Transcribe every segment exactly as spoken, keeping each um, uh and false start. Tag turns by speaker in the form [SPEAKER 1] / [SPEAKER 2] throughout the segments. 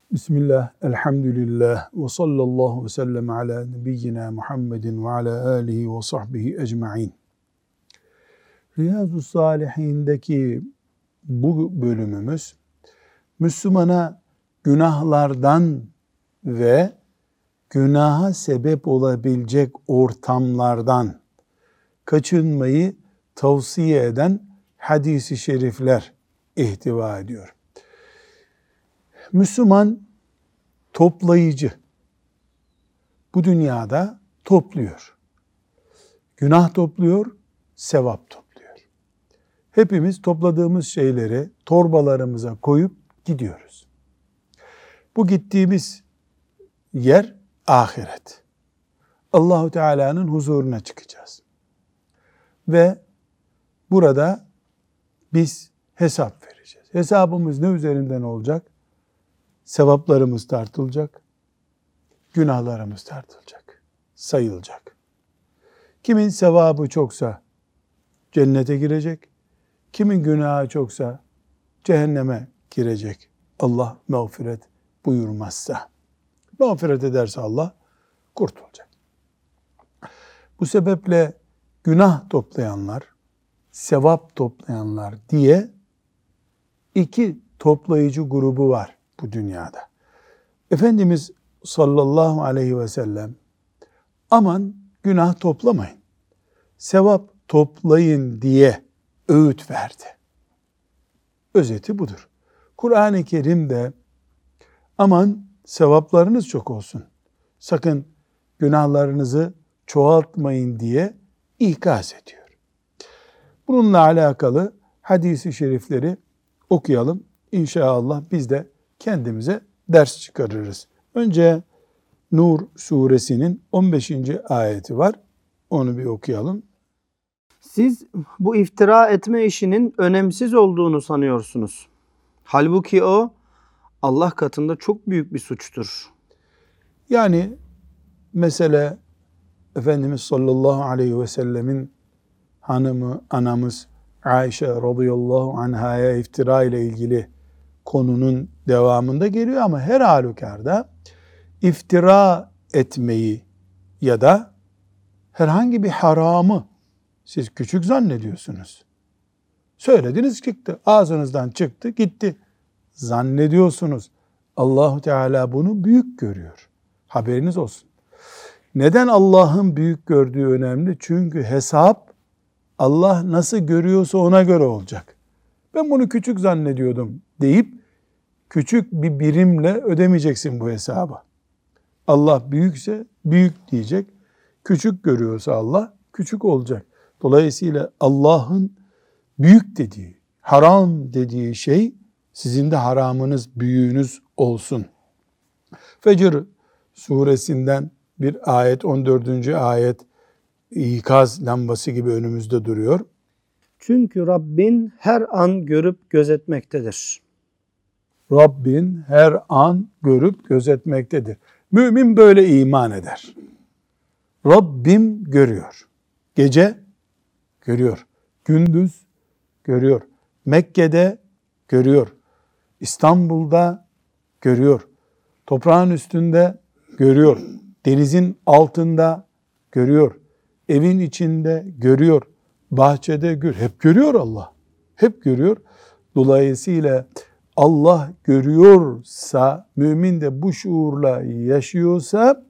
[SPEAKER 1] Bismillah, elhamdülillah, ve sallallahu ve sellem ala nebiyyina Muhammedin ve ala alihi ve sahbihi ecma'in. Riyazu Salihin'deki bu bölümümüz, Müslümana günahlardan ve günaha sebep olabilecek ortamlardan kaçınmayı tavsiye eden hadis-i şerifler ihtiva ediyor. Müslüman toplayıcı. Bu dünyada topluyor. Günah topluyor, sevap topluyor. Hepimiz topladığımız şeyleri torbalarımıza koyup gidiyoruz. Bu gittiğimiz yer ahiret. Allahu Teala'nın huzuruna çıkacağız. Ve burada biz hesap vereceğiz. Hesabımız ne üzerinden olacak? Sevaplarımız tartılacak, günahlarımız tartılacak, sayılacak. Kimin sevabı çoksa cennete girecek, kimin günahı çoksa cehenneme girecek. Allah mağfiret buyurmazsa. Mağfiret ederse Allah kurtulacak. Bu sebeple günah toplayanlar, sevap toplayanlar diye iki toplayıcı grubu var bu dünyada. Efendimiz sallallahu aleyhi ve sellem aman günah toplamayın, sevap toplayın diye öğüt verdi. Özeti budur. Kur'an-ı Kerim'de aman sevaplarınız çok olsun, sakın günahlarınızı çoğaltmayın diye ikaz ediyor. Bununla alakalı hadis-i şerifleri okuyalım. İnşallah biz de kendimize ders çıkarırız. Önce Nur suresinin on beşinci ayeti var. Onu bir okuyalım.
[SPEAKER 2] Siz bu iftira etme işinin önemsiz olduğunu sanıyorsunuz. Halbuki o Allah katında çok büyük bir suçtur.
[SPEAKER 1] Yani mesele Efendimiz sallallahu aleyhi ve sellemin hanımı, anamız Ayşe radıyallahu anhaya iftira ile ilgili konunun devamında geliyor ama her halükarda iftira etmeyi ya da herhangi bir haramı siz küçük zannediyorsunuz. Söylediniz çıktı, ağzınızdan çıktı gitti zannediyorsunuz. Allahu Teala bunu büyük görüyor. Haberiniz olsun. Neden Allah'ın büyük gördüğü önemli? Çünkü hesap Allah nasıl görüyorsa ona göre olacak. Ben bunu küçük zannediyordum deyip küçük bir birimle ödemeyeceksin bu hesabı. Allah büyükse büyük diyecek. Küçük görüyorsa Allah küçük olacak. Dolayısıyla Allah'ın büyük dediği, haram dediği şey sizin de haramınız, büyüğünüz olsun. Fecr suresinden bir ayet, on dördüncü ayet ikaz lambası gibi önümüzde duruyor.
[SPEAKER 2] Çünkü Rabbin her an görüp gözetmektedir.
[SPEAKER 1] Rabbin her an görüp gözetmektedir. Mümin böyle iman eder. Rabbim görüyor. Gece görüyor. Gündüz görüyor. Mekke'de görüyor. İstanbul'da görüyor. Toprağın üstünde görüyor. Denizin altında görüyor. Evin içinde görüyor. Bahçede görüyor. Hep görüyor Allah. Hep görüyor. Dolayısıyla Allah görüyorsa, mümin de bu şuurla yaşıyorsa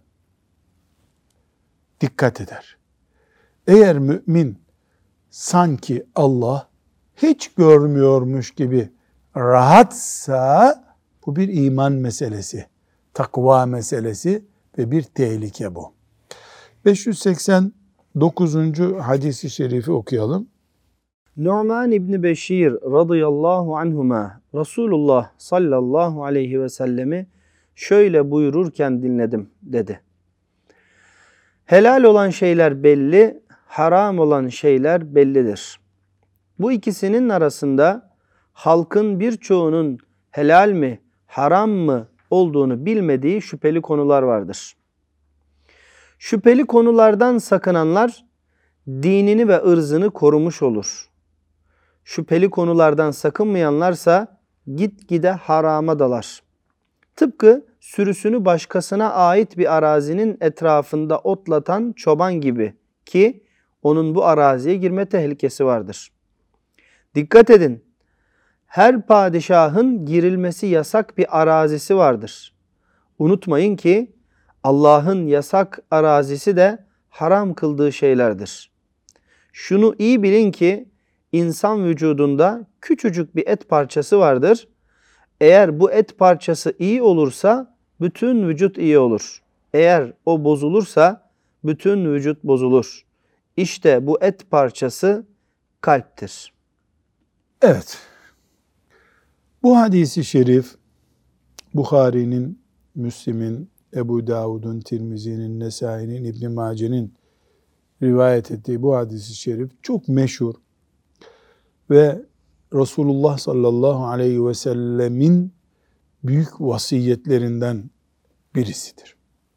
[SPEAKER 1] dikkat eder. Eğer mümin sanki Allah hiç görmüyormuş gibi rahatsa bu bir iman meselesi, takva meselesi ve bir tehlike bu. beş yüz seksen dokuzuncu hadisi şerifi okuyalım.
[SPEAKER 2] Nu'man İbni Beşir radıyallahu anhuma Resulullah sallallahu aleyhi ve sellemi şöyle buyururken dinledim dedi. Helal olan şeyler belli, haram olan şeyler bellidir. Bu ikisinin arasında halkın birçoğunun helal mi, haram mı olduğunu bilmediği şüpheli konular vardır. Şüpheli konulardan sakınanlar dinini ve ırzını korumuş olur. Şüpheli konulardan sakınmayanlarsa gitgide harama dalar. Tıpkı sürüsünü başkasına ait bir arazinin etrafında otlatan çoban gibi ki onun bu araziye girme tehlikesi vardır. Dikkat edin, her padişahın girilmesi yasak bir arazisi vardır. Unutmayın ki Allah'ın yasak arazisi de haram kıldığı şeylerdir. Şunu iyi bilin ki insan vücudunda küçücük bir et parçası vardır. Eğer bu et parçası iyi olursa bütün vücut iyi olur. Eğer o bozulursa bütün vücut bozulur. İşte bu et parçası kalptir.
[SPEAKER 1] Evet. Bu hadisi şerif Bukhari'nin, Müslim'in, Ebu Davud'un, Tirmizi'nin, Nesai'nin, İbn Mace'nin rivayet ettiği bu hadisi şerif çok meşhur ve Resulullah sallallahu aleyhi ve sellemin büyük vasiyetlerinden birisidir.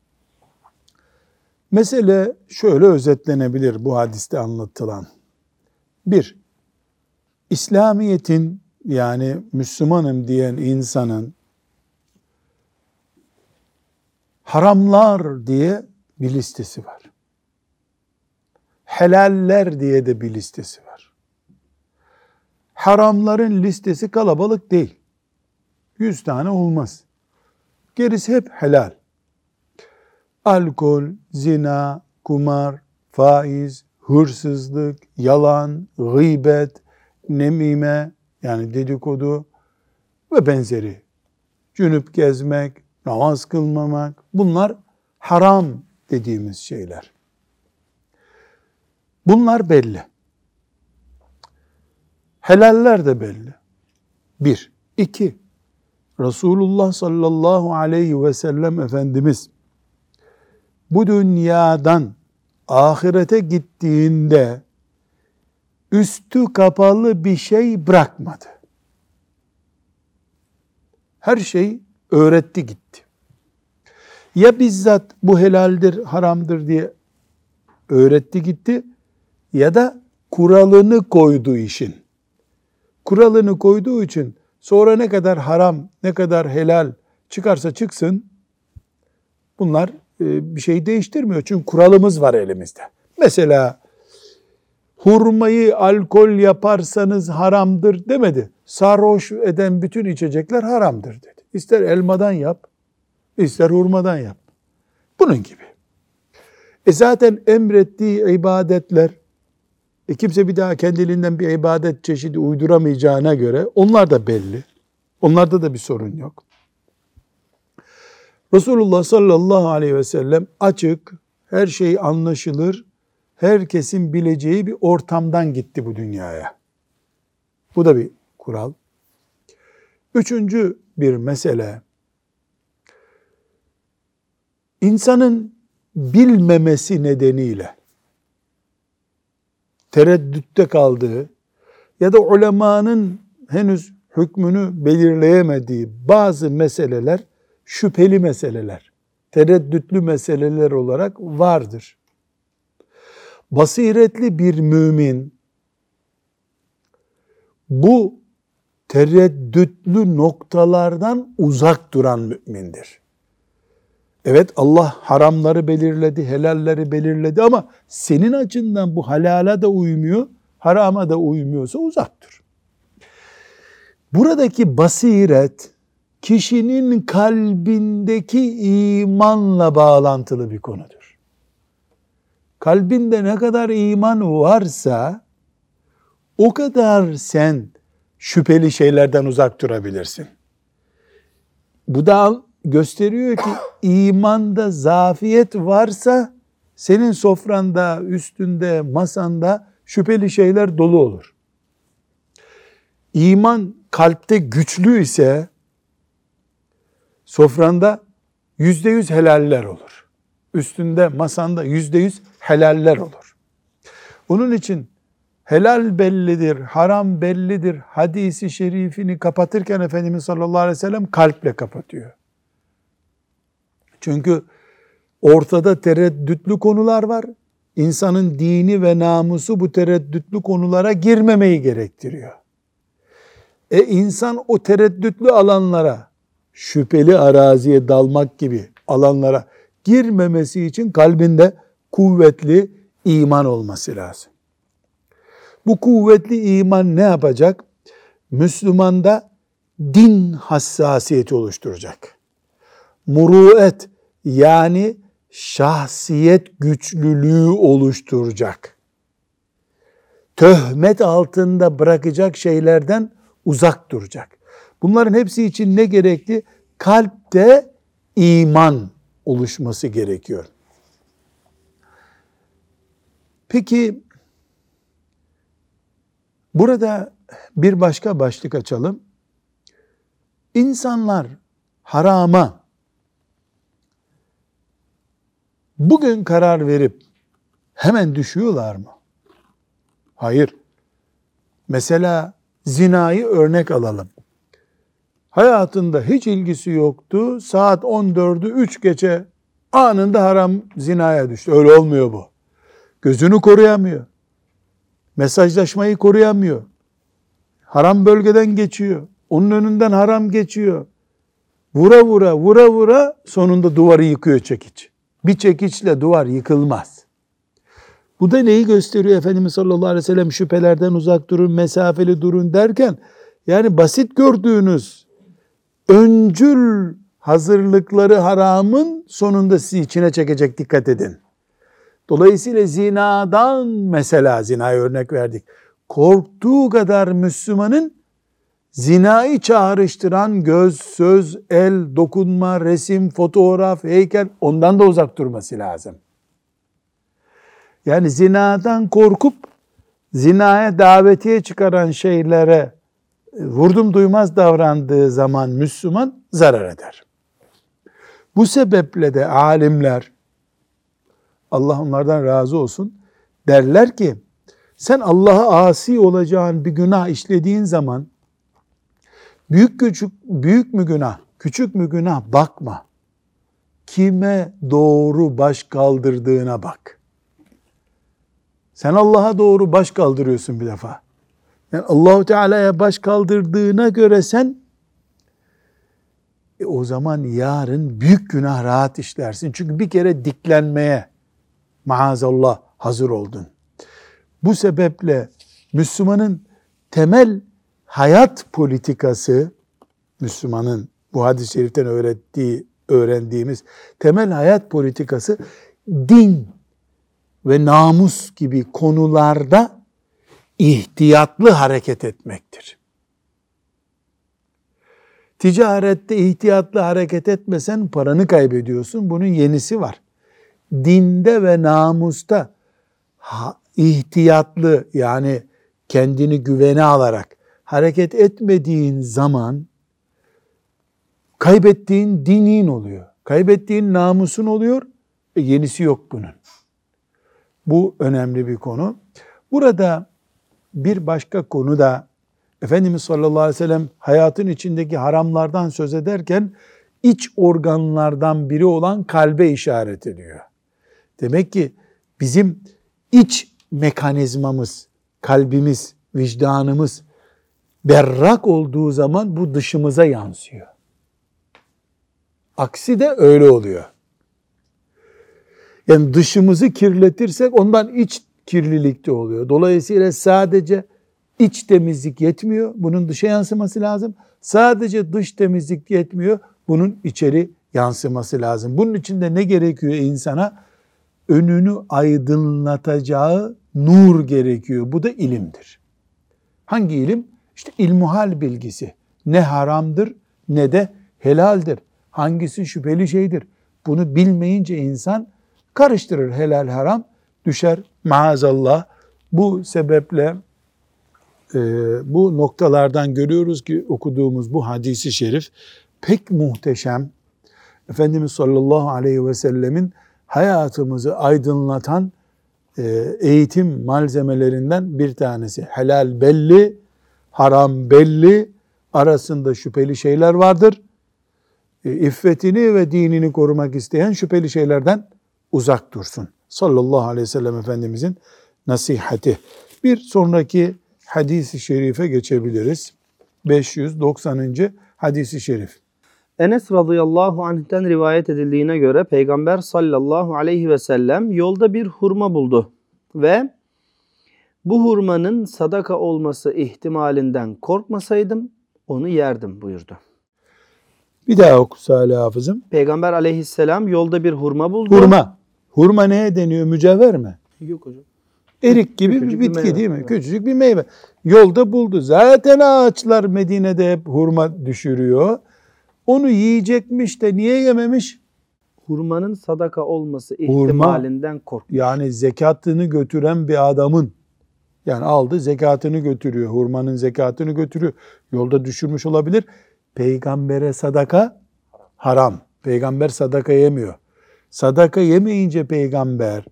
[SPEAKER 1] Mesele şöyle özetlenebilir bu hadiste anlatılan. Bir, İslamiyet'in yani Müslümanım diyen insanın haramlar diye bir listesi var. Helaller diye de bir listesi var. Haramların listesi kalabalık değil. Yüz tane olmaz. Gerisi hep helal. Alkol, zina, kumar, faiz, hırsızlık, yalan, gıybet, nemime yani dedikodu ve benzeri. Cünüp gezmek, namaz kılmamak bunlar haram dediğimiz şeyler. Bunlar belli. Helaller de belli. Bir. İki. Resulullah sallallahu aleyhi ve sellem Efendimiz bu dünyadan ahirete gittiğinde üstü kapalı bir şey bırakmadı. Her şey öğretti gitti. Ya bizzat bu helaldir, haramdır diye öğretti gitti ya da kuralını koydu işin. Kuralını koyduğu için sonra ne kadar haram, ne kadar helal çıkarsa çıksın bunlar e, bir şey değiştirmiyor. Çünkü kuralımız var elimizde. Mesela hurmayı alkol yaparsanız haramdır demedi. Sarhoş eden bütün içecekler haramdır dedi. İster elmadan yap, ister hurmadan yap. Bunun gibi. E zaten emrettiği ibadetler, e kimse bir daha kendiliğinden bir ibadet çeşidi uyduramayacağına göre onlar da belli. Onlarda da bir sorun yok. Resulullah sallallahu aleyhi ve sellem açık, her şey anlaşılır, herkesin bileceği bir ortamdan gitti bu dünyaya. Bu da bir kural. Üçüncü bir mesele, insanın bilmemesi nedeniyle tereddütte kaldığı ya da ulemanın henüz hükmünü belirleyemediği bazı meseleler şüpheli meseleler, tereddütlü meseleler olarak vardır. Basiretli bir mümin bu tereddütlü noktalardan uzak duran mümindir. Evet Allah haramları belirledi, helalleri belirledi ama senin açından bu halala da uymuyor, harama da uymuyorsa uzak dur. Buradaki basiret kişinin kalbindeki imanla bağlantılı bir konudur. Kalbinde ne kadar iman varsa o kadar sen şüpheli şeylerden uzak durabilirsin. Bu da gösteriyor ki imanda zafiyet varsa senin sofranda, üstünde, masanda şüpheli şeyler dolu olur. İman kalpte güçlü ise sofranda yüzde yüz helaller olur. Üstünde, masanda yüzde yüz helaller olur. Onun için helal bellidir, haram bellidir hadisi şerifini kapatırken Efendimiz sallallahu aleyhi ve sellem kalple kapatıyor. Çünkü ortada tereddütlü konular var. İnsanın dini ve namusu bu tereddütlü konulara girmemeyi gerektiriyor. E insan o tereddütlü alanlara şüpheli araziye dalmak gibi alanlara girmemesi için kalbinde kuvvetli iman olması lazım. Bu kuvvetli iman ne yapacak? Müslümanda din hassasiyeti oluşturacak. Muruet yani şahsiyet güçlülüğü oluşturacak. Töhmet altında bırakacak şeylerden uzak duracak. Bunların hepsi için ne gerekli? Kalpte iman oluşması gerekiyor. Peki burada bir başka başlık açalım. İnsanlar harama bugün karar verip hemen düşüyorlar mı? Hayır. Mesela zinayı örnek alalım. Hayatında hiç ilgisi yoktu. Saat on dördü üç geçe anında haram zinaya düştü. Öyle olmuyor bu. Gözünü koruyamıyor. Mesajlaşmayı koruyamıyor. Haram bölgeden geçiyor. Onun önünden haram geçiyor. Vura vura vura vura sonunda duvarı yıkıyor çekiç. Bir çekiçle duvar yıkılmaz. Bu da neyi gösteriyor? Efendimiz sallallahu aleyhi ve sellem şüphelerden uzak durun, mesafeli durun derken yani basit gördüğünüz öncül hazırlıkları haramın sonunda sizi içine çekecek, dikkat edin. Dolayısıyla zinadan, mesela zinaya örnek verdik, korktuğu kadar Müslümanın zinayı çağrıştıran göz, söz, el, dokunma, resim, fotoğraf, heykel, ondan da uzak durması lazım. Yani zinadan korkup zinaya davetiye çıkaran şeylere vurdum duymaz davrandığı zaman Müslüman zarar eder. Bu sebeple de alimler, Allah onlardan razı olsun, derler ki sen Allah'a asi olacağın bir günah işlediğin zaman büyük küçük büyük mü günah, küçük mü günah bakma. Kime doğru baş kaldırdığına bak. Sen Allah'a doğru baş kaldırıyorsun bir defa. Yani Allahu Teala'ya baş kaldırdığına göre sen e, o zaman yarın büyük günah rahat işlersin. Çünkü bir kere diklenmeye maazallah hazır oldun. Bu sebeple Müslümanın temel hayat politikası, Müslümanın bu hadis-i şeriften öğrettiği, öğrendiğimiz temel hayat politikası din ve namus gibi konularda ihtiyatlı hareket etmektir. Ticarette ihtiyatlı hareket etmesen paranı kaybediyorsun. Bunun yenisi var. Dinde ve namusta ihtiyatlı, yani kendini güvene alarak hareket etmediğin zaman kaybettiğin dinin oluyor. Kaybettiğin namusun oluyor. E yenisi yok bunun. Bu önemli bir konu. Burada bir başka konu da Efendimiz sallallahu aleyhi ve sellem hayatın içindeki haramlardan söz ederken iç organlardan biri olan kalbe işaret ediyor. Demek ki bizim iç mekanizmamız, kalbimiz, vicdanımız berrak olduğu zaman bu dışımıza yansıyor. Aksi de öyle oluyor. Yani dışımızı kirletirsek ondan iç kirlilik de oluyor. Dolayısıyla sadece iç temizlik yetmiyor. Bunun dışa yansıması lazım. Sadece dış temizlik yetmiyor. Bunun içeri yansıması lazım. Bunun için de ne gerekiyor insana? Önünü aydınlatacağı nur gerekiyor. Bu da ilimdir. Hangi ilim? İşte ilmuhal bilgisi. Ne haramdır ne de helaldir. Hangisi şüpheli şeydir? Bunu bilmeyince insan karıştırır, helal haram, düşer maazallah. Bu sebeple e, bu noktalardan görüyoruz ki okuduğumuz bu hadisi şerif pek muhteşem. Efendimiz sallallahu aleyhi ve sellemin hayatımızı aydınlatan e, eğitim malzemelerinden bir tanesi. Helal belli, haram belli, arasında şüpheli şeyler vardır. E, iffetini ve dinini korumak isteyen şüpheli şeylerden uzak dursun. Sallallahu aleyhi ve sellem Efendimizin nasihati. Bir sonraki hadis-i şerife geçebiliriz. beş yüz doksanıncı hadis-i şerif.
[SPEAKER 2] Enes radıyallahu anh'ten rivayet edildiğine göre Peygamber sallallahu aleyhi ve sellem yolda bir hurma buldu ve bu hurmanın sadaka olması ihtimalinden korkmasaydım onu yerdim buyurdu.
[SPEAKER 1] Bir daha oku Salih Hafızım.
[SPEAKER 2] Peygamber aleyhisselam yolda bir hurma buldu.
[SPEAKER 1] Hurma. Hurma neye deniyor? Mücevher mi?
[SPEAKER 2] Yok hocam.
[SPEAKER 1] Erik gibi
[SPEAKER 2] Küçücük
[SPEAKER 1] bir
[SPEAKER 2] bir
[SPEAKER 1] bitki
[SPEAKER 2] meyve.
[SPEAKER 1] değil mi?
[SPEAKER 2] Evet.
[SPEAKER 1] Küçücük bir meyve. Yolda buldu. Zaten ağaçlar Medine'de hep hurma düşürüyor. Onu yiyecekmiş de niye yememiş?
[SPEAKER 2] Hurmanın sadaka olması
[SPEAKER 1] Hurma.
[SPEAKER 2] ihtimalinden korkmuş.
[SPEAKER 1] Yani zekatını götüren bir adamın, yani aldı zekatını götürüyor. Hurmanın zekatını götürüyor. Yolda düşürmüş olabilir. Peygambere sadaka haram. Peygamber sadaka yemiyor. Sadaka yemeyince peygamber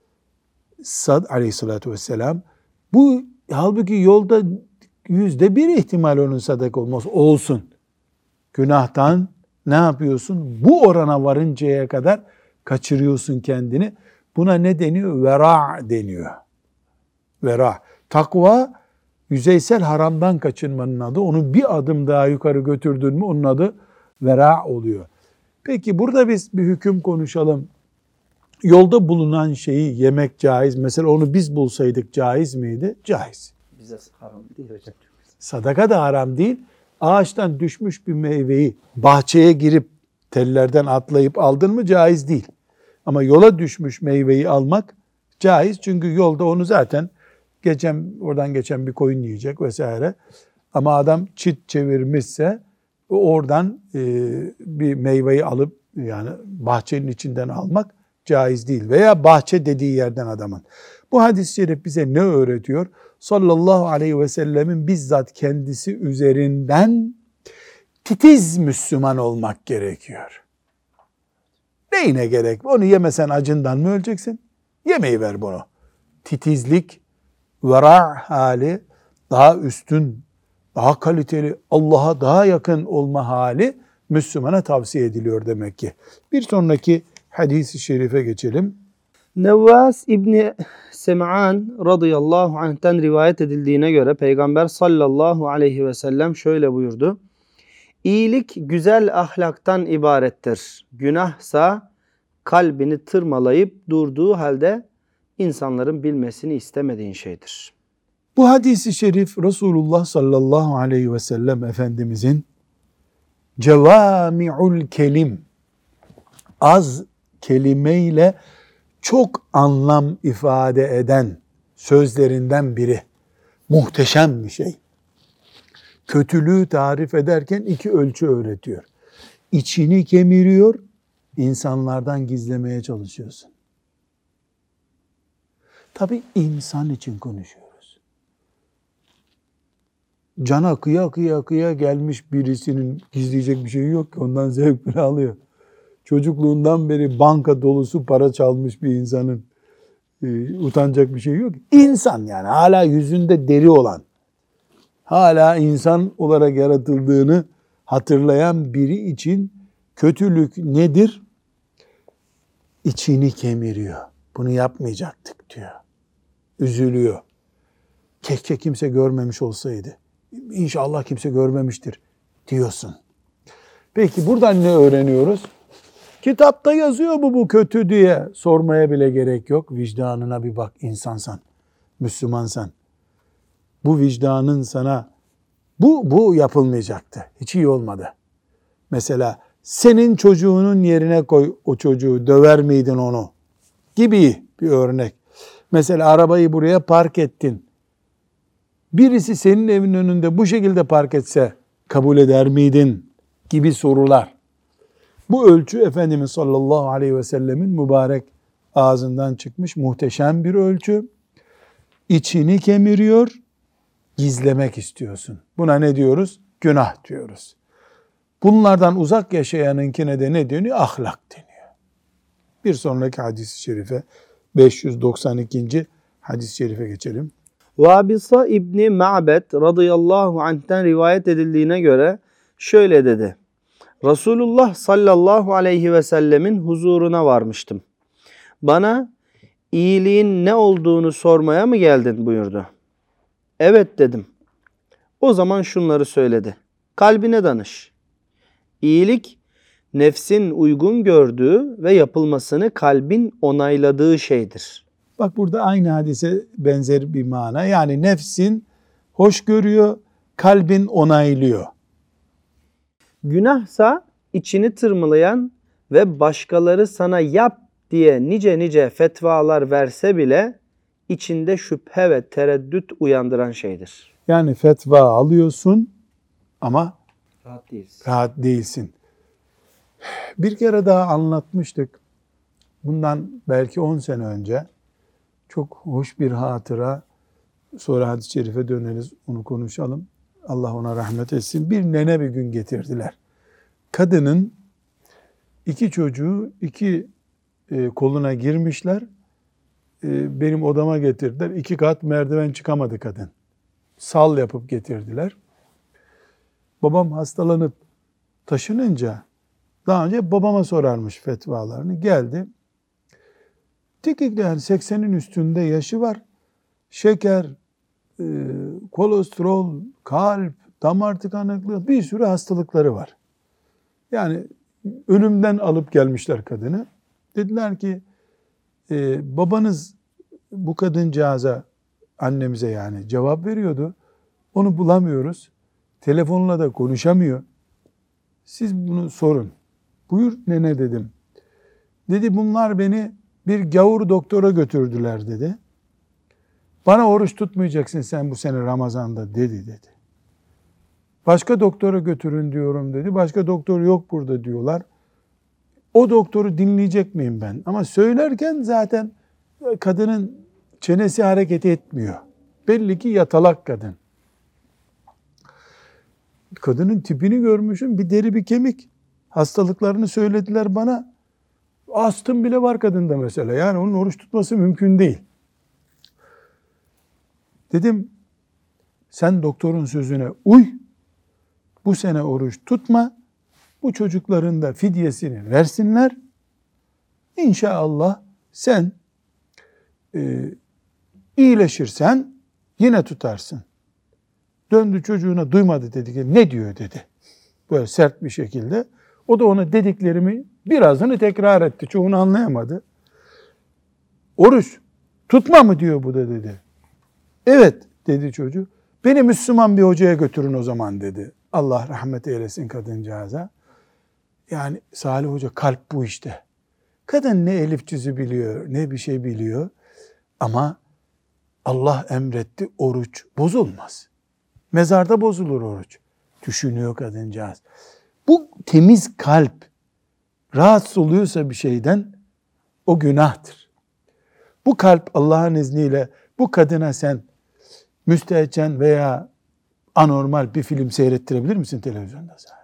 [SPEAKER 1] sad, aleyhissalatü vesselam bu halbuki yolda yüzde bir ihtimal onun sadaka olması olsun. Günahtan ne yapıyorsun? Bu orana varıncaya kadar kaçırıyorsun kendini. Buna ne deniyor? Vera deniyor. Vera. Takva yüzeysel haramdan kaçınmanın adı. Onu bir adım daha yukarı götürdün mü onun adı vera oluyor. Peki burada biz bir hüküm konuşalım. Yolda bulunan şeyi yemek caiz. Mesela onu biz bulsaydık caiz miydi? Caiz.
[SPEAKER 2] Bize haram değil hocam.
[SPEAKER 1] Sadaka da haram değil. Ağaçtan düşmüş bir meyveyi bahçeye girip tellerden atlayıp aldın mı caiz değil. Ama yola düşmüş meyveyi almak caiz. Çünkü yolda onu zaten geçen oradan geçen bir koyun yiyecek vesaire. Ama adam çit çevirmişse oradan e, bir meyveyi alıp yani bahçenin içinden almak caiz değil. Veya bahçe dediği yerden adamın. Bu hadis-i şerif bize ne öğretiyor? Sallallahu aleyhi ve sellemin bizzat kendisi üzerinden titiz Müslüman olmak gerekiyor. Neyine gerek? Onu yemesen acından mı öleceksin? Yemeği ver bunu. Titizlik, vera hali, daha üstün, daha kaliteli, Allah'a daha yakın olma hali Müslümana tavsiye ediliyor demek ki. Bir sonraki hadis-i şerife geçelim.
[SPEAKER 2] Nevvas İbni Sem'an radıyallahu anh'ten rivayet edildiğine göre Peygamber sallallahu aleyhi ve sellem şöyle buyurdu. İyilik güzel ahlaktan ibarettir. Günahsa kalbini tırmalayıp durduğu halde insanların bilmesini istemediğin şeydir.
[SPEAKER 1] Bu hadis-i şerif Resulullah sallallahu aleyhi ve sellem Efendimizin cevami'ul kelim, az kelimeyle çok anlam ifade eden sözlerinden biri. Muhteşem bir şey. Kötülüğü tarif ederken iki ölçü öğretiyor. İçini kemiriyor, insanlardan gizlemeye çalışıyorsun. Tabii insan için konuşuyoruz. Cana kıya kıya kıya gelmiş birisinin gizleyecek bir şey yok ki ondan zevk bile alıyor. Çocukluğundan beri banka dolusu para çalmış bir insanın e, utanacak bir şey yok. İnsan yani hala yüzünde deri olan, hala insan olarak yaratıldığını hatırlayan biri için kötülük nedir? İçini kemiriyor. Bunu yapmayacaktık diyor. Üzülüyor. Keşke kimse görmemiş olsaydı. İnşallah kimse görmemiştir diyorsun. Peki buradan ne öğreniyoruz? Kitapta yazıyor mu bu kötü diye sormaya bile gerek yok. Vicdanına bir bak, insansan, Müslümansan. Bu vicdanın sana bu bu yapılmayacaktı. Hiç iyi olmadı. Mesela senin çocuğunun yerine koy o çocuğu, döver miydin onu? Gibi bir örnek. Mesela arabayı buraya park ettin. Birisi senin evin önünde bu şekilde park etse kabul eder miydin? Gibi sorular. Bu ölçü Efendimiz sallallahu aleyhi ve sellemin mübarek ağzından çıkmış muhteşem bir ölçü. İçini kemiriyor, gizlemek istiyorsun. Buna ne diyoruz? Günah diyoruz. Bunlardan uzak yaşayanınkine de ne deniyor? Ahlak deniyor. Bir sonraki hadis-i şerife, beş yüz doksan ikinci hadis-i şerife geçelim.
[SPEAKER 2] Vabisa İbni Ma'bed radıyallahu anh'ten rivayet edildiğine göre şöyle dedi. Resulullah sallallahu aleyhi ve sellemin huzuruna varmıştım. Bana iyiliğin ne olduğunu sormaya mı geldin buyurdu. Evet dedim. O zaman şunları söyledi. Kalbine danış. İyilik nefsin uygun gördüğü ve yapılmasını kalbin onayladığı şeydir.
[SPEAKER 1] Bak burada aynı hadise benzer bir mana. Yani nefsin hoş görüyor, kalbin onaylıyor.
[SPEAKER 2] Günahsa içini tırmalayan ve başkaları sana yap diye nice nice fetvalar verse bile içinde şüphe ve tereddüt uyandıran şeydir.
[SPEAKER 1] Yani fetva alıyorsun ama
[SPEAKER 2] Rahat değilsin.
[SPEAKER 1] rahat değilsin. Bir kere daha anlatmıştık. Bundan belki on sene önce çok hoş bir hatıra. Sonra hadis-i şerife döneriz, onu konuşalım. Allah ona rahmet etsin. Bir nene bir gün getirdiler. Kadının iki çocuğu iki e, koluna girmişler. E, benim odama getirdiler. İki kat merdiven çıkamadı kadın. Sal yapıp getirdiler. Babam hastalanıp taşınınca daha önce babama sorarmış fetvalarını. Geldi. Teknikle yani seksenin üstünde yaşı var. Şeker, e, kolesterol, kalp, damar tıkanıklığı, bir sürü hastalıkları var. Yani ölümden alıp gelmişler kadını. Dediler ki e, babanız bu kadıncağıza, annemize yani cevap veriyordu. Onu bulamıyoruz. Telefonla da konuşamıyor. Siz bunu sorun. Buyur nene dedim. Dedi bunlar beni bir gavur doktora götürdüler dedi. Bana oruç tutmayacaksın sen bu sene Ramazan'da dedi dedi. Başka doktora götürün diyorum dedi. Başka doktor yok burada diyorlar. O doktoru dinleyecek miyim ben? Ama söylerken zaten kadının çenesi hareket etmiyor. Belli ki yatalak kadın. Kadının tipini görmüşüm. Bir deri bir kemik. Hastalıklarını söylediler bana. Astım bile var kadında mesela. Yani onun oruç tutması mümkün değil. Dedim sen doktorun sözüne uy. Bu sene oruç tutma. Bu çocukların da fidyesini versinler. İnşallah sen e, iyileşirsen yine tutarsın. Döndü çocuğuna duymadı dedi ki ne diyor dedi. Böyle sert bir şekilde. O da ona dediklerimi birazını tekrar etti. Çoğunu anlayamadı. Oruç tutma mı diyor bu da dedi. Evet dedi çocuk. Beni Müslüman bir hocaya götürün o zaman dedi. Allah rahmet eylesin kadıncağıza. Yani Salih Hoca kalp bu işte. Kadın ne elif cüzü biliyor ne bir şey biliyor. Ama Allah emretti oruç bozulmaz. Mezarda bozulur oruç. Düşünüyor kadıncağız. Bu temiz kalp rahatsız oluyorsa bir şeyden o günahtır. Bu kalp Allah'ın izniyle bu kadına sen müstehcen veya anormal bir film seyrettirebilir misin televizyonda sadece?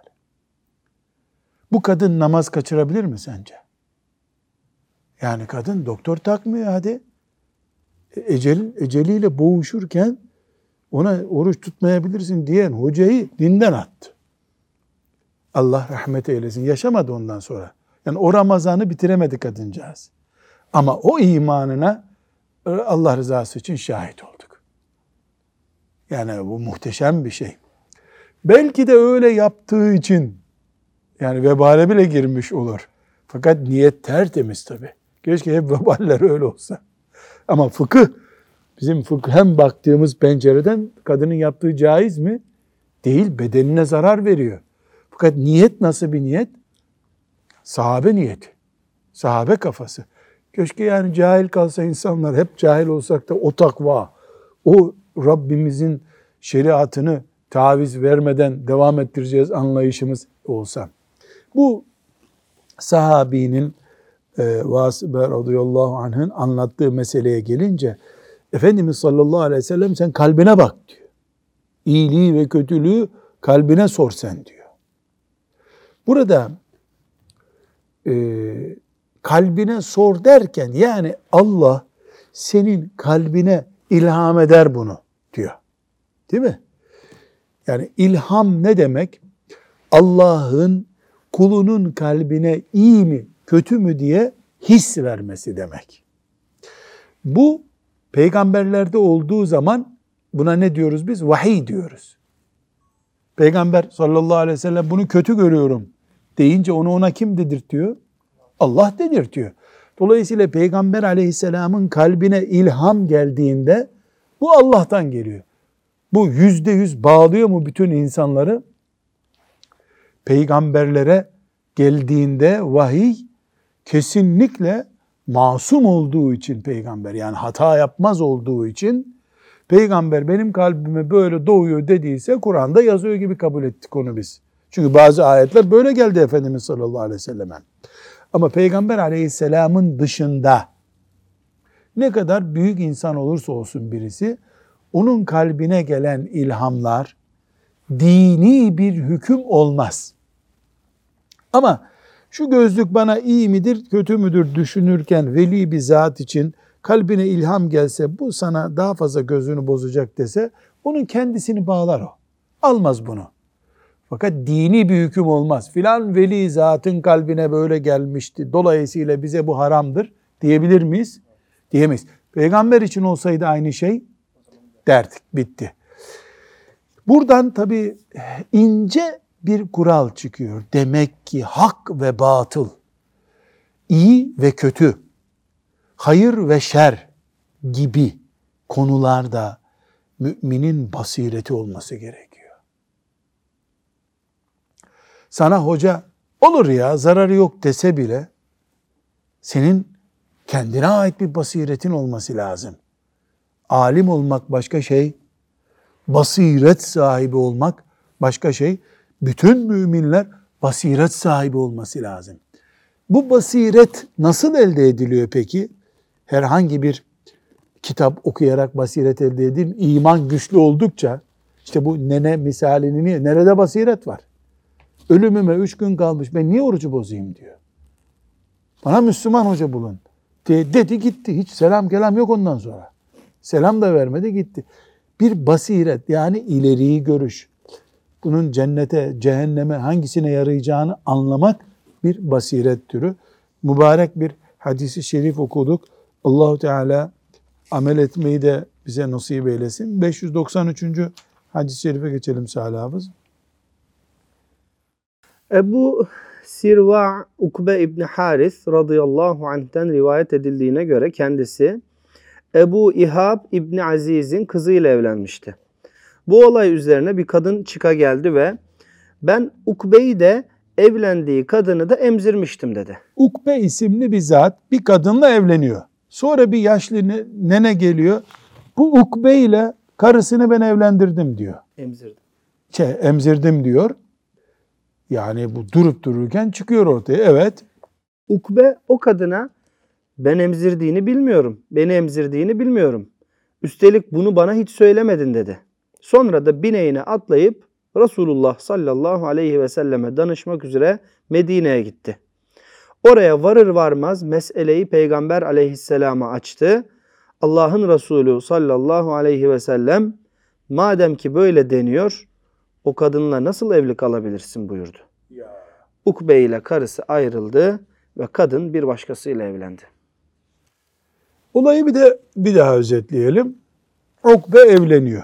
[SPEAKER 1] Bu kadın namaz kaçırabilir mi sence? Yani kadın doktor takmıyor hadi. Ecel, eceliyle boğuşurken ona oruç tutmayabilirsin diyen hocayı dinden attı. Allah rahmet eylesin. Yaşamadı ondan sonra. Yani o Ramazan'ı bitiremedi kadıncağız. Ama o imanına Allah rızası için şahit olduk. Yani bu muhteşem bir şey. Belki de öyle yaptığı için yani vebale bile girmiş olur. Fakat niyet tertemiz tabii. Keşke hep veballer öyle olsa. Ama fıkıh, bizim fıkhen baktığımız pencereden kadının yaptığı caiz mi? Değil, bedenine zarar veriyor. Fakat niyet nasıl bir niyet? Sahabe niyeti. Sahabe kafası. Keşke yani cahil kalsa insanlar, hep cahil olsak da o takva, o Rabbimizin şeriatını taviz vermeden devam ettireceğiz anlayışımız olsa. Bu sahabinin e, Vasibe radıyallahu anh'ın anlattığı meseleye gelince Efendimiz sallallahu aleyhi ve sellem sen kalbine bak diyor. İyiliği ve kötülüğü kalbine sor sen diyor. Burada e, kalbine sor derken yani Allah senin kalbine ilham eder bunu diyor. Değil mi? Yani ilham ne demek? Allah'ın kulunun kalbine iyi mi, kötü mü diye his vermesi demek. Bu peygamberlerde olduğu zaman buna ne diyoruz biz? Vahiy diyoruz. Peygamber sallallahu aleyhi ve sellem bunu kötü görüyorum deyince onu ona kim dedirtiyor? Allah dedirtiyor. Dolayısıyla Peygamber aleyhisselamın kalbine ilham geldiğinde bu Allah'tan geliyor. Bu yüzde yüz bağlıyor mu bütün insanları? Peygamberlere geldiğinde vahiy kesinlikle masum olduğu için peygamber, yani hata yapmaz olduğu için peygamber benim kalbime böyle doğuyor dediyse Kur'an'da yazıyor gibi kabul ettik onu biz. Çünkü bazı ayetler böyle geldi Efendimiz sallallahu aleyhi ve selleme. Ama Peygamber aleyhisselamın dışında ne kadar büyük insan olursa olsun birisi, onun kalbine gelen ilhamlar dini bir hüküm olmaz. Ama şu gözlük bana iyi midir, kötü müdür düşünürken veli bir zat için kalbine ilham gelse, bu sana daha fazla gözünü bozacak dese, onun kendisini bağlar o. Almaz bunu. Fakat dini bir hüküm olmaz. Filan veli zatın kalbine böyle gelmişti, dolayısıyla bize bu haramdır diyebilir miyiz? Diyemeyiz. Peygamber için olsaydı aynı şey derdik, bitti. Buradan tabii ince bir kural çıkıyor. Demek ki hak ve batıl, iyi ve kötü, hayır ve şer gibi konularda müminin basireti olması gerekiyor. Sana hoca olur ya zararı yok dese bile senin kendine ait bir basiretin olması lazım. Alim olmak başka şey, basiret sahibi olmak başka şey. Bütün müminler basiret sahibi olması lazım. Bu basiret nasıl elde ediliyor peki? Herhangi bir kitap okuyarak basiret elde edeyim. İman güçlü oldukça, işte bu nene misalini niye? Nerede basiret var? Ölümüme üç gün kalmış, ben niye orucu bozayım diyor. Bana Müslüman hoca bulun. De, dedi gitti. Hiç selam kelam yok ondan sonra. Selam da vermedi gitti. Bir basiret, yani ileriyi görüş. Bunun cennete, cehenneme hangisine yarayacağını anlamak bir basiret türü. Mübarek bir hadisi şerif okuduk. Allahu Teala amel etmeyi de bize nasip eylesin. beş yüz doksan üçüncü hadis-i şerife geçelim Salih Hafız.
[SPEAKER 2] Ebu Sirva Ukbe İbni Haris radıyallahu anh'ten rivayet edildiğine göre kendisi Ebu İhab İbni Aziz'in kızıyla evlenmişti. Bu olay üzerine bir kadın çıka geldi ve ben Ukbe'yi de evlendiği kadını da emzirmiştim dedi.
[SPEAKER 1] Ukbe isimli bir zat bir kadınla evleniyor. Sonra bir yaşlı nene geliyor. Bu Ukbe ile karısını ben evlendirdim diyor.
[SPEAKER 2] Emzirdim.
[SPEAKER 1] Şey, emzirdim diyor. Yani bu durup dururken çıkıyor ortaya. Evet.
[SPEAKER 2] Ukbe o kadına ben emzirdiğini bilmiyorum. Beni emzirdiğini bilmiyorum. Üstelik bunu bana hiç söylemedin dedi. Sonra da bineğine atlayıp Resulullah sallallahu aleyhi ve selleme danışmak üzere Medine'ye gitti. Oraya varır varmaz meseleyi Peygamber aleyhisselama açtı. Allah'ın Resulü sallallahu aleyhi ve sellem madem ki böyle deniyor, o kadınla nasıl evli kalabilirsin buyurdu. Ya. Ukbe ile karısı ayrıldı ve kadın bir başkasıyla evlendi.
[SPEAKER 1] Olayı bir de bir daha özetleyelim. Ukbe evleniyor.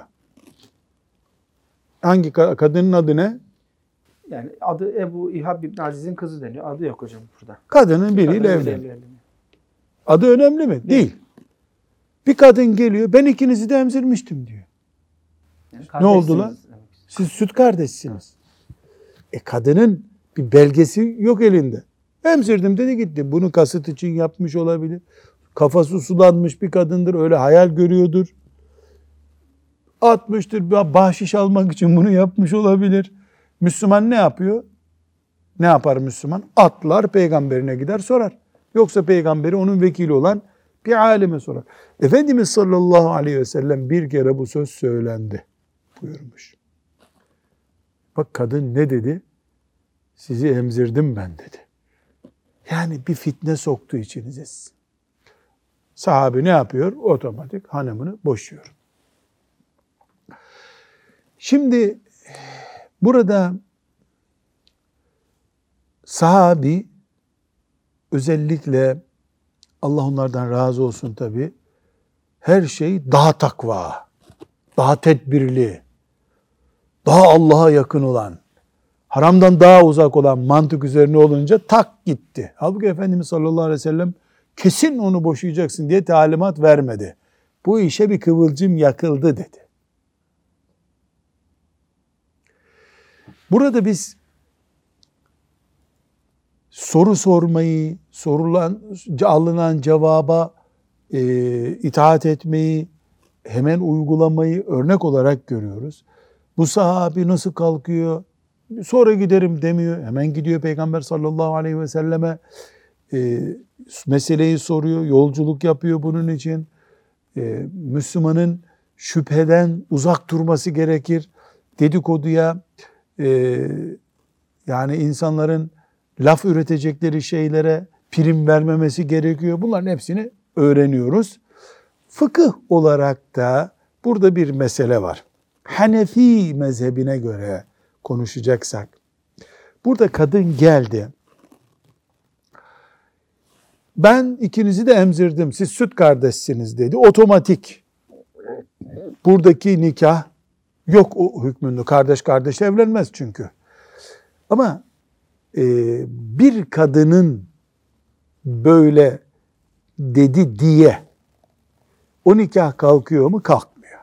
[SPEAKER 1] Hangi kadının adı ne?
[SPEAKER 2] Yani adı Ebu İhab İbn Aziz'in kızı deniyor. Adı yok hocam burada.
[SPEAKER 1] Kadının biriyle evleniyor. Adı önemli mi? Değil. Değil. Bir kadın geliyor, ben ikinizi de emzirmiştim diyor. Yani ne oldular? Siz süt kardeşsiniz. E kadının bir belgesi yok elinde. Emzirdim dedi gitti. Bunu kasıt için yapmış olabilir. Kafası sulanmış bir kadındır. Öyle hayal görüyordur. Atmıştır. Bahşiş almak için bunu yapmış olabilir. Müslüman ne yapıyor? Ne yapar Müslüman? Atlar peygamberine gider sorar. Yoksa peygamberi onun vekili olan bir alime sorar. Efendimiz sallallahu aleyhi ve sellem bir kere bu söz söylendi buyurmuş. Bak kadın ne dedi? Sizi emzirdim ben dedi. Yani bir fitne soktu içinize. Sahabe ne yapıyor? Otomatik hanımını boşuyor. Şimdi burada sahabi özellikle Allah onlardan razı olsun tabii, her şey daha takva, daha tedbirli, daha Allah'a yakın olan, haramdan daha uzak olan mantık üzerine olunca tak gitti. Halbuki Efendimiz sallallahu aleyhi ve sellem kesin onu boşayacaksın diye talimat vermedi. Bu işe bir kıvılcım yakıldı dedi. Burada biz soru sormayı, sorulan, alınan cevaba e, itaat etmeyi, hemen uygulamayı örnek olarak görüyoruz. Bu sahabi nasıl kalkıyor? Sonra giderim demiyor. Hemen gidiyor Peygamber sallallahu aleyhi ve selleme. E, meseleyi soruyor. Yolculuk yapıyor bunun için. E, Müslümanın şüpheden uzak durması gerekir. Dedikoduya, e, yani insanların laf üretecekleri şeylere prim vermemesi gerekiyor. Bunların hepsini öğreniyoruz. Fıkıh olarak da burada bir mesele var. Hanefi mezhebine göre konuşacaksak, burada kadın geldi. Ben ikinizi de emzirdim, siz süt kardeşsiniz dedi. Otomatik. Buradaki nikah yok o hükmünde. Kardeş kardeş evlenmez çünkü. Ama e, bir kadının böyle dedi diye o nikah kalkıyor mu? Kalkmıyor.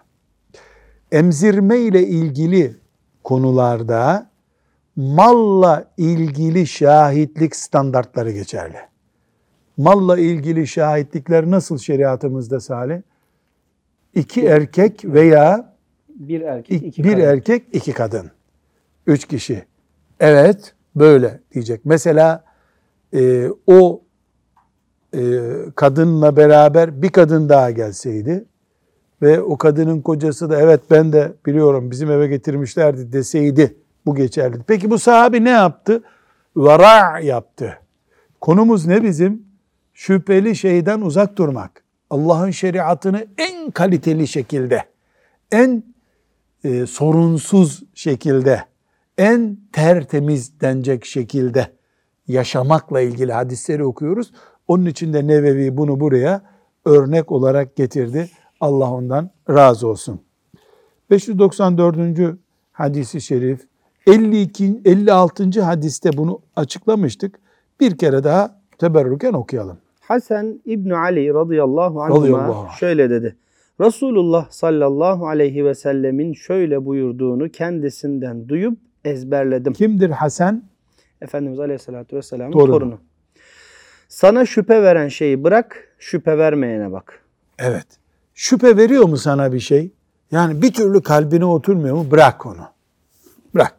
[SPEAKER 1] Emzirme ile ilgili konularda malla ilgili şahitlik standartları geçerli. Malla ilgili şahitlikler nasıl şeriatımızda Salih? İki erkek veya
[SPEAKER 2] bir erkek, iki
[SPEAKER 1] bir
[SPEAKER 2] kadın.
[SPEAKER 1] erkek, iki kadın. Üç kişi. Evet, böyle diyecek. Mesela e, o e, kadınla beraber bir kadın daha gelseydi ve o kadının kocası da evet ben de biliyorum bizim eve getirmişlerdi deseydi bu geçerli. Peki bu sahabi ne yaptı? Vara yaptı. Konumuz ne bizim? Şüpheli şeyden uzak durmak. Allah'ın şeriatını en kaliteli şekilde, en e, sorunsuz şekilde, en tertemiz denecek şekilde yaşamakla ilgili hadisleri okuyoruz. Onun için de Nevevi bunu buraya örnek olarak getirdi. Allah ondan razı olsun. beş yüz doksan dördüncü hadisi şerif, elli iki, elli altıncı hadiste bunu açıklamıştık. Bir kere daha teberrüken okuyalım.
[SPEAKER 2] Hasan İbn Ali radıyallahu
[SPEAKER 1] Radıyallahu
[SPEAKER 2] anhuma
[SPEAKER 1] anh.
[SPEAKER 2] şöyle dedi. Resulullah sallallahu aleyhi ve sellemin şöyle buyurduğunu kendisinden duyup ezberledim.
[SPEAKER 1] Kimdir Hasan?
[SPEAKER 2] Efendimiz aleyhissalatü vesselamın
[SPEAKER 1] Torunu.
[SPEAKER 2] torunu. Sana şüphe veren şeyi bırak, şüphe vermeyene bak.
[SPEAKER 1] Evet. Şüphe veriyor mu sana bir şey? Yani bir türlü kalbine oturmuyor mu? Bırak onu. Bırak.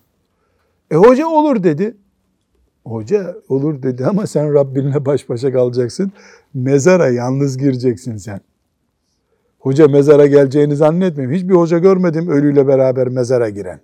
[SPEAKER 1] E hoca olur dedi. Hoca olur dedi ama sen Rabbinle baş başa kalacaksın. Mezara yalnız gireceksin sen. Hoca mezara geleceğini zannetmiyorum. Hiçbir hoca görmedim ölüyle beraber mezara giren.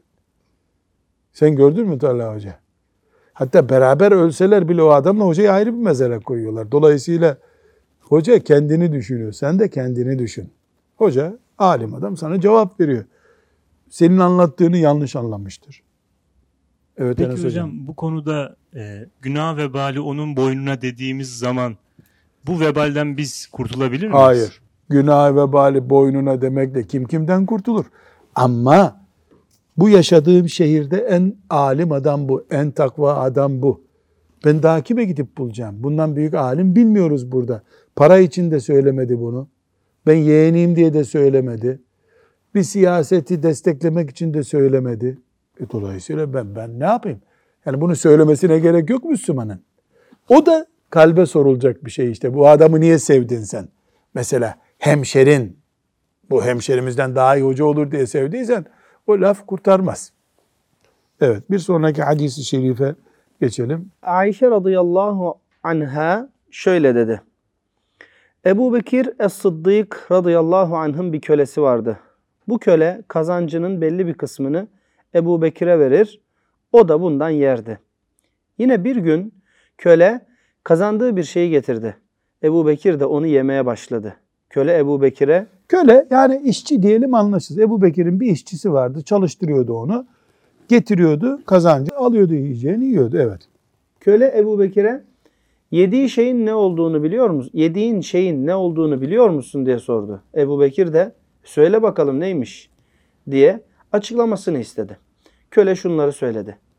[SPEAKER 1] Sen gördün mü Talha Hoca? Hatta beraber ölseler bile o adamla hocayı ayrı bir mezara koyuyorlar. Dolayısıyla hoca kendini düşünüyor. Sen de kendini düşün. Hoca, alim adam sana cevap veriyor. Senin anlattığını yanlış anlamıştır. Evet,
[SPEAKER 3] Peki
[SPEAKER 1] Enes
[SPEAKER 3] hocam,
[SPEAKER 1] hocam
[SPEAKER 3] bu konuda e, günah vebali onun boynuna dediğimiz zaman bu vebalden biz kurtulabilir miyiz?
[SPEAKER 1] Hayır. Günah vebali boynuna demekle kim kimden kurtulur? Ama bu yaşadığım şehirde en alim adam bu, en takva adam bu. Ben daha kime gidip bulacağım? Bundan büyük alim bilmiyoruz burada. Para için de söylemedi bunu. Ben yeğeniyim diye de söylemedi. Bir siyaseti desteklemek için de söylemedi. E dolayısıyla ben ben ne yapayım? Yani bunu söylemesine gerek yok Müslümanın. O da kalbe sorulacak bir şey işte. Bu adamı niye sevdin sen? Mesela hemşerin, bu hemşerimizden daha iyi hoca olur diye sevdiysen o laf kurtarmaz. Evet, bir sonraki hadis-i şerife geçelim.
[SPEAKER 2] Ayşe radıyallahu anha şöyle dedi. Ebu Bekir Es-Sıddık radıyallahu anh'ın bir kölesi vardı. Bu köle kazancının belli bir kısmını Ebu Bekir'e verir, o da bundan yerdi. Yine bir gün köle kazandığı bir şeyi getirdi. Ebu Bekir de onu yemeye başladı. Köle Ebu Bekir'e,
[SPEAKER 1] Köle yani işçi diyelim anlaşılır. Ebu Bekir'in bir işçisi vardı, çalıştırıyordu onu. Getiriyordu, kazancı alıyordu, yiyeceğini yiyordu. Evet.
[SPEAKER 2] köle Ebu Bekir'e yediği şeyin ne olduğunu biliyor musun? Yediğin şeyin ne olduğunu biliyor musun diye sordu. Ebu Bekir de söyle bakalım neymiş diye açıklamasını istedi. Köle şunları söyledi.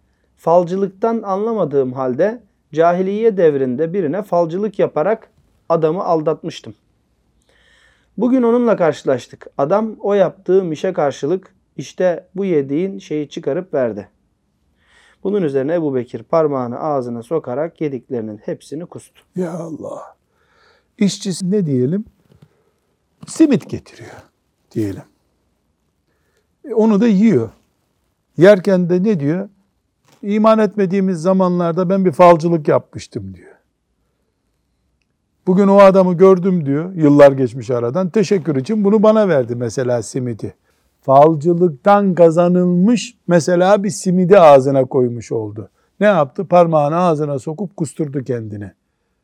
[SPEAKER 2] falcılıktan anlamadığım halde cahiliye devrinde birine falcılık yaparak adamı aldatmıştım. Bugün onunla karşılaştık. Adam o yaptığım işe karşılık işte bu yediğin şeyi çıkarıp verdi. Bunun üzerine Ebu Bekir parmağını ağzına sokarak yediklerinin hepsini kustu.
[SPEAKER 1] Ya Allah. İşçisi ne diyelim? Simit getiriyor diyelim. E onu da yiyor. Yerken de ne diyor? İman etmediğimiz zamanlarda ben bir falcılık yapmıştım diyor. Bugün o adamı gördüm diyor. Yıllar geçmiş aradan. Teşekkür için bunu bana verdi mesela simidi. Falcılıktan kazanılmış mesela bir simidi ağzına koymuş oldu. Ne yaptı? Parmağını ağzına sokup kusturdu kendini.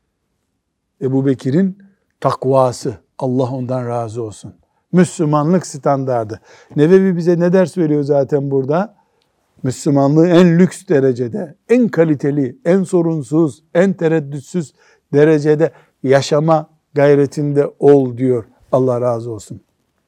[SPEAKER 1] Ebu Bekir'in takvası. Allah ondan razı olsun. Müslümanlık standardı. Nevevi bize ne ders veriyor zaten burada? Müslümanlığı en lüks derecede, en kaliteli, en sorunsuz, en tereddütsüz derecede yaşama gayretinde ol diyor. Allah razı olsun.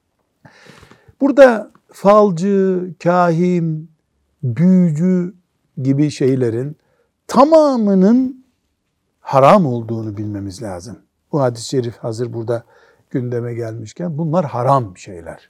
[SPEAKER 1] Burada falcı, kahin, büyücü gibi şeylerin tamamının haram olduğunu bilmemiz lazım. Bu hadis-i şerif hazır burada gündeme gelmişken bunlar haram şeyler.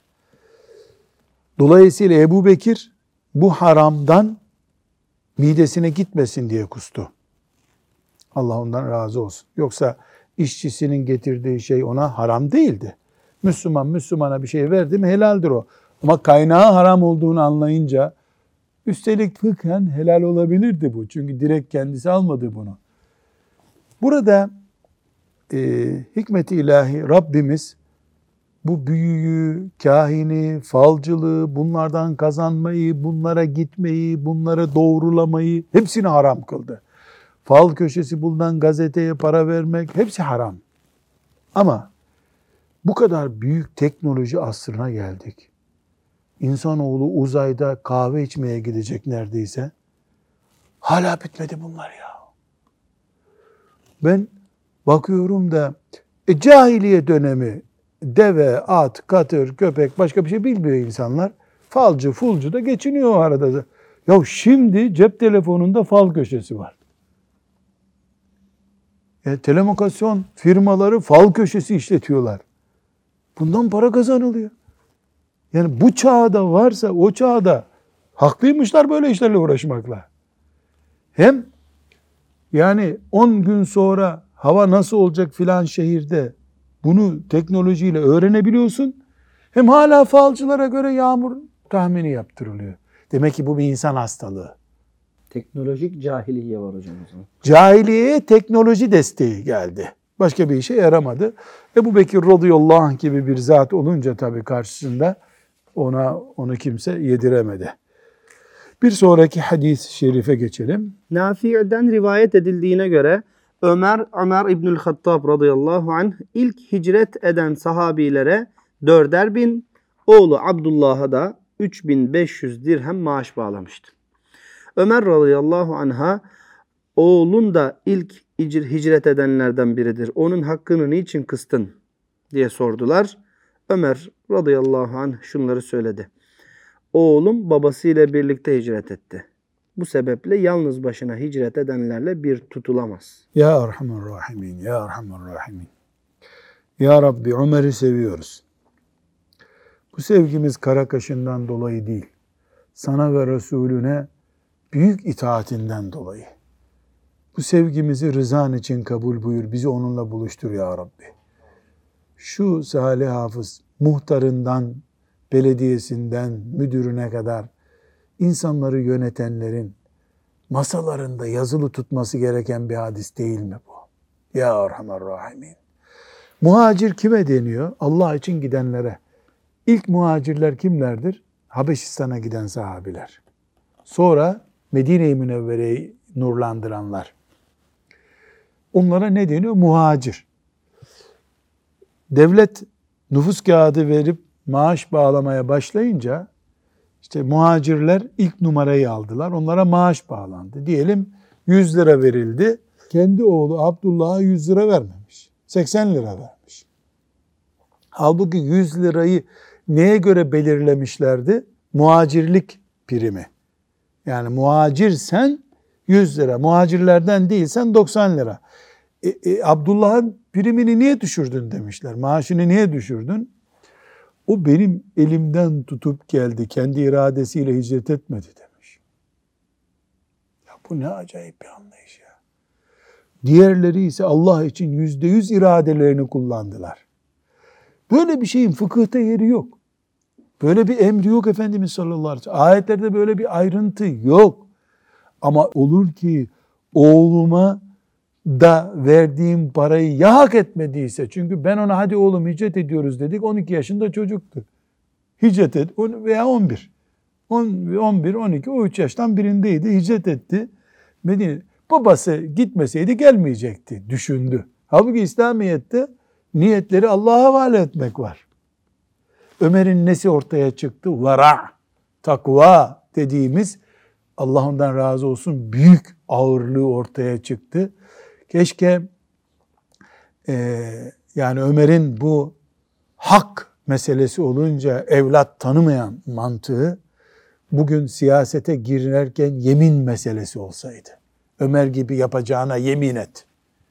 [SPEAKER 1] Dolayısıyla Ebu Bekir bu haramdan midesine gitmesin diye kustu. Allah ondan razı olsun. Yoksa işçisinin getirdiği şey ona haram değildi. Müslüman Müslümana bir şey verdi mi helaldir o. Ama kaynağı haram olduğunu anlayınca, üstelik fıkhen helal olabilirdi bu. Çünkü direkt kendisi almadı bunu. Burada e, hikmet-i ilahi Rabbimiz bu büyüyü, kahini, falcılığı, bunlardan kazanmayı, bunlara gitmeyi, bunları doğrulamayı hepsini haram kıldı. Fal köşesi bulunan gazeteye para vermek hepsi haram. Ama bu kadar büyük teknoloji asrına geldik. İnsanoğlu uzayda kahve içmeye gidecek neredeyse. Hala bitmedi bunlar ya. Ben bakıyorum da e, cahiliye dönemi deve, at, katır, köpek başka bir şey bilmiyor insanlar. Falcı, fulcu da geçiniyor o arada. Ya şimdi cep telefonunda fal köşesi var. E, telekomünikasyon firmaları fal köşesi işletiyorlar. Bundan para kazanılıyor. Yani bu çağda varsa o çağda haklıymışlar böyle işlerle uğraşmakla. Hem yani on gün sonra hava nasıl olacak filan şehirde bunu teknolojiyle öğrenebiliyorsun. Hem hala falcılara göre yağmur tahmini yaptırılıyor. Demek ki bu bir insan hastalığı.
[SPEAKER 2] Teknolojik cahiliye var hocam o zaman.
[SPEAKER 1] Cahiliyeye teknoloji desteği geldi. Başka bir işe yaramadı. Ebu Bekir radıyallahu anh gibi bir zat olunca tabii karşısında ona onu kimse yediremedi. Bir sonraki hadis-i şerife geçelim.
[SPEAKER 2] Nafi'den rivayet edildiğine göre Ömer, Ömer İbnül Hattab radıyallahu anh ilk hicret eden sahabilere dörder bin, oğlu Abdullah'a da üç bin beş yüz dirhem maaş bağlamıştı. Ömer radıyallahu anh'a oğlun da ilk hicret edenlerden biridir. Onun hakkını niçin kıstın diye sordular. Ömer radıyallahu anh şunları söyledi. Oğlum babasıyla birlikte hicret etti. Bu sebeple yalnız başına hicret edenlerle bir tutulamaz.
[SPEAKER 1] Ya Erhamer Rahimin, Ya Erhamer Rahimin. Ya Rabbi Ömer'i seviyoruz. Bu sevgimiz kara kaşından dolayı değil. Sana ve Resulüne büyük itaatinden dolayı. Bu sevgimizi rızan için kabul buyur. Bizi onunla buluştur ya Rabbi. Şu Salih Hafız muhtarından, belediyesinden, müdürüne kadar insanları yönetenlerin masalarında yazılı tutması gereken bir hadis değil mi bu? Ya Erhamer Rahimin. Muhacir kime deniyor? Allah için gidenlere. İlk muhacirler kimlerdir? Habeşistan'a giden sahabiler. Sonra Medine-i Münevvere'yi nurlandıranlar. Onlara ne deniyor? Muhacir. Devlet nüfus kağıdı verip maaş bağlamaya başlayınca işte muhacirler ilk numarayı aldılar. Onlara maaş bağlandı. Diyelim yüz lira verildi. Kendi oğlu Abdullah'a yüz lira vermemiş. seksen lira vermiş. Halbuki yüz lirayı neye göre belirlemişlerdi? Muhacirlik primi. Yani muhacirsen yüz lira. Muhacirlerden değilsen doksan lira. E, e, Abdullah'ın primini niye düşürdün demişler. Maaşını niye düşürdün? O benim elimden tutup geldi. Kendi iradesiyle hicret etmedi demiş. Ya bu ne acayip bir anlayış ya. Diğerleri ise Allah için yüzde yüz iradelerini kullandılar. Böyle bir şeyin fıkıhta yeri yok. Böyle bir emri yok Efendimiz sallallahu aleyhi ve sellem. Ayetlerde böyle bir ayrıntı yok. Ama olur ki oğluma da verdiğim parayı ya hak etmediyse, çünkü ben ona hadi oğlum hicret ediyoruz dedik, on iki yaşında çocuktu. Hicret et veya on bir. on bir, on iki, o üç yaştan birindeydi, hicret etti. Medine, babası gitmeseydi gelmeyecekti, düşündü. Halbuki İslamiyet'te niyetleri Allah'a havale etmek var. Ömer'in nesi ortaya çıktı? Vara, takva dediğimiz, Allah ondan razı olsun, büyük ağırlığı ortaya çıktı. Keşke e, yani Ömer'in bu hak meselesi olunca evlat tanımayan mantığı bugün siyasete girerken yemin meselesi olsaydı. Ömer gibi yapacağına yemin et.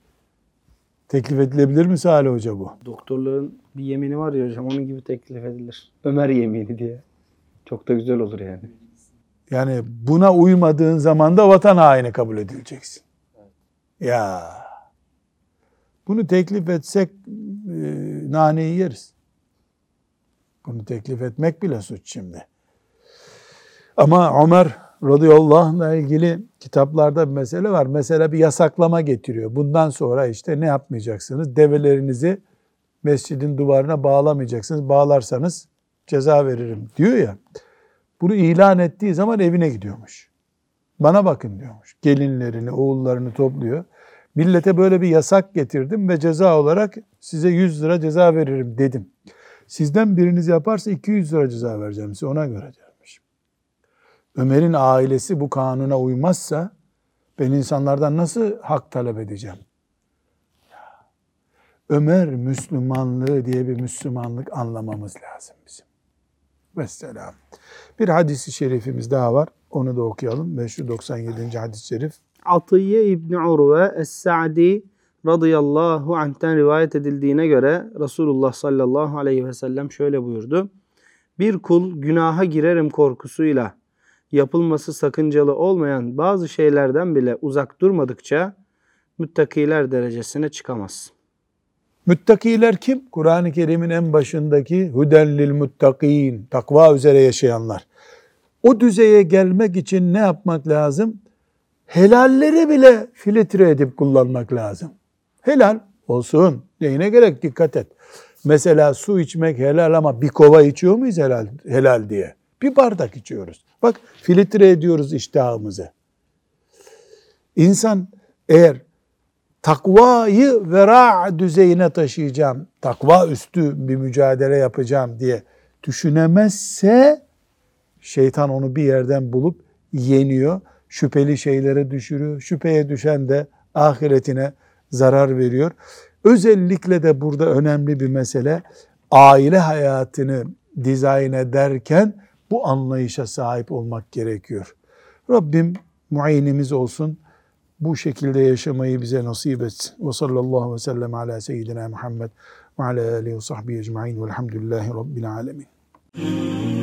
[SPEAKER 1] Teklif edilebilir mi Salih Hoca bu?
[SPEAKER 2] Doktorların bir yemini var ya hocam, onun gibi teklif edilir. Ömer yemini diye. Çok da güzel olur yani.
[SPEAKER 1] Yani buna uymadığın zaman da vatan haini kabul edileceksin. Ya bunu teklif etsek e, naneyi yeriz. Bunu teklif etmek bile suç şimdi. Ama Ömer radıyallahu anh'la ilgili kitaplarda bir mesele var. Mesela bir yasaklama getiriyor. Bundan sonra işte ne yapmayacaksınız? Develerinizi mescidin duvarına bağlamayacaksınız. Bağlarsanız ceza veririm diyor ya. Bunu ilan ettiği zaman evine gidiyormuş. Bana bakın diyormuş. Gelinlerini, oğullarını topluyor. Millete böyle bir yasak getirdim ve ceza olarak size yüz lira ceza veririm dedim. Sizden biriniz yaparsa iki yüz lira ceza vereceğim size, ona göre demiş. Ömer'in ailesi bu kanuna uymazsa ben insanlardan nasıl hak talep edeceğim? Ömer Müslümanlığı diye bir Müslümanlık anlamamız lazım bizim. Mesela bir hadis-i şerifimiz daha var. Onu da okuyalım. beş yüz doksan yedinci hadis-i şerif.
[SPEAKER 2] Atiyye İbni Urve Es-Sa'di radıyallahu anh'ten rivayet edildiğine göre Resulullah sallallahu aleyhi ve sellem şöyle buyurdu. Bir kul günaha girerim korkusuyla yapılması sakıncalı olmayan bazı şeylerden bile uzak durmadıkça müttakiler derecesine çıkamaz.
[SPEAKER 1] Müttakiler kim? Kur'an-ı Kerim'in en başındaki hudellil muttakin, takva üzere yaşayanlar. O düzeye gelmek için ne yapmak lazım? Helalleri bile filtre edip kullanmak lazım. Helal olsun. Neyine gerek? Dikkat et. Mesela su içmek helal ama bir kova içiyor muyuz helal, helal diye? Bir bardak içiyoruz. Bak filtre ediyoruz iştahımızı. İnsan eğer takvayı vera düzeyine taşıyacağım, takva üstü bir mücadele yapacağım diye düşünemezse şeytan onu bir yerden bulup yeniyor. Şüpheli şeylere düşürüyor. Şüpheye düşen de ahiretine zarar veriyor. Özellikle de burada önemli bir mesele, aile hayatını dizayn ederken bu anlayışa sahip olmak gerekiyor. Rabbim muayenimiz olsun. Bu şekilde yaşamayı bize nasip etsin. Ve sallallahu aleyhi ve sellem ala seyyidina Muhammed ve ala alihi ve sahbihi ecma'in velhamdülillahi rabbil alemin.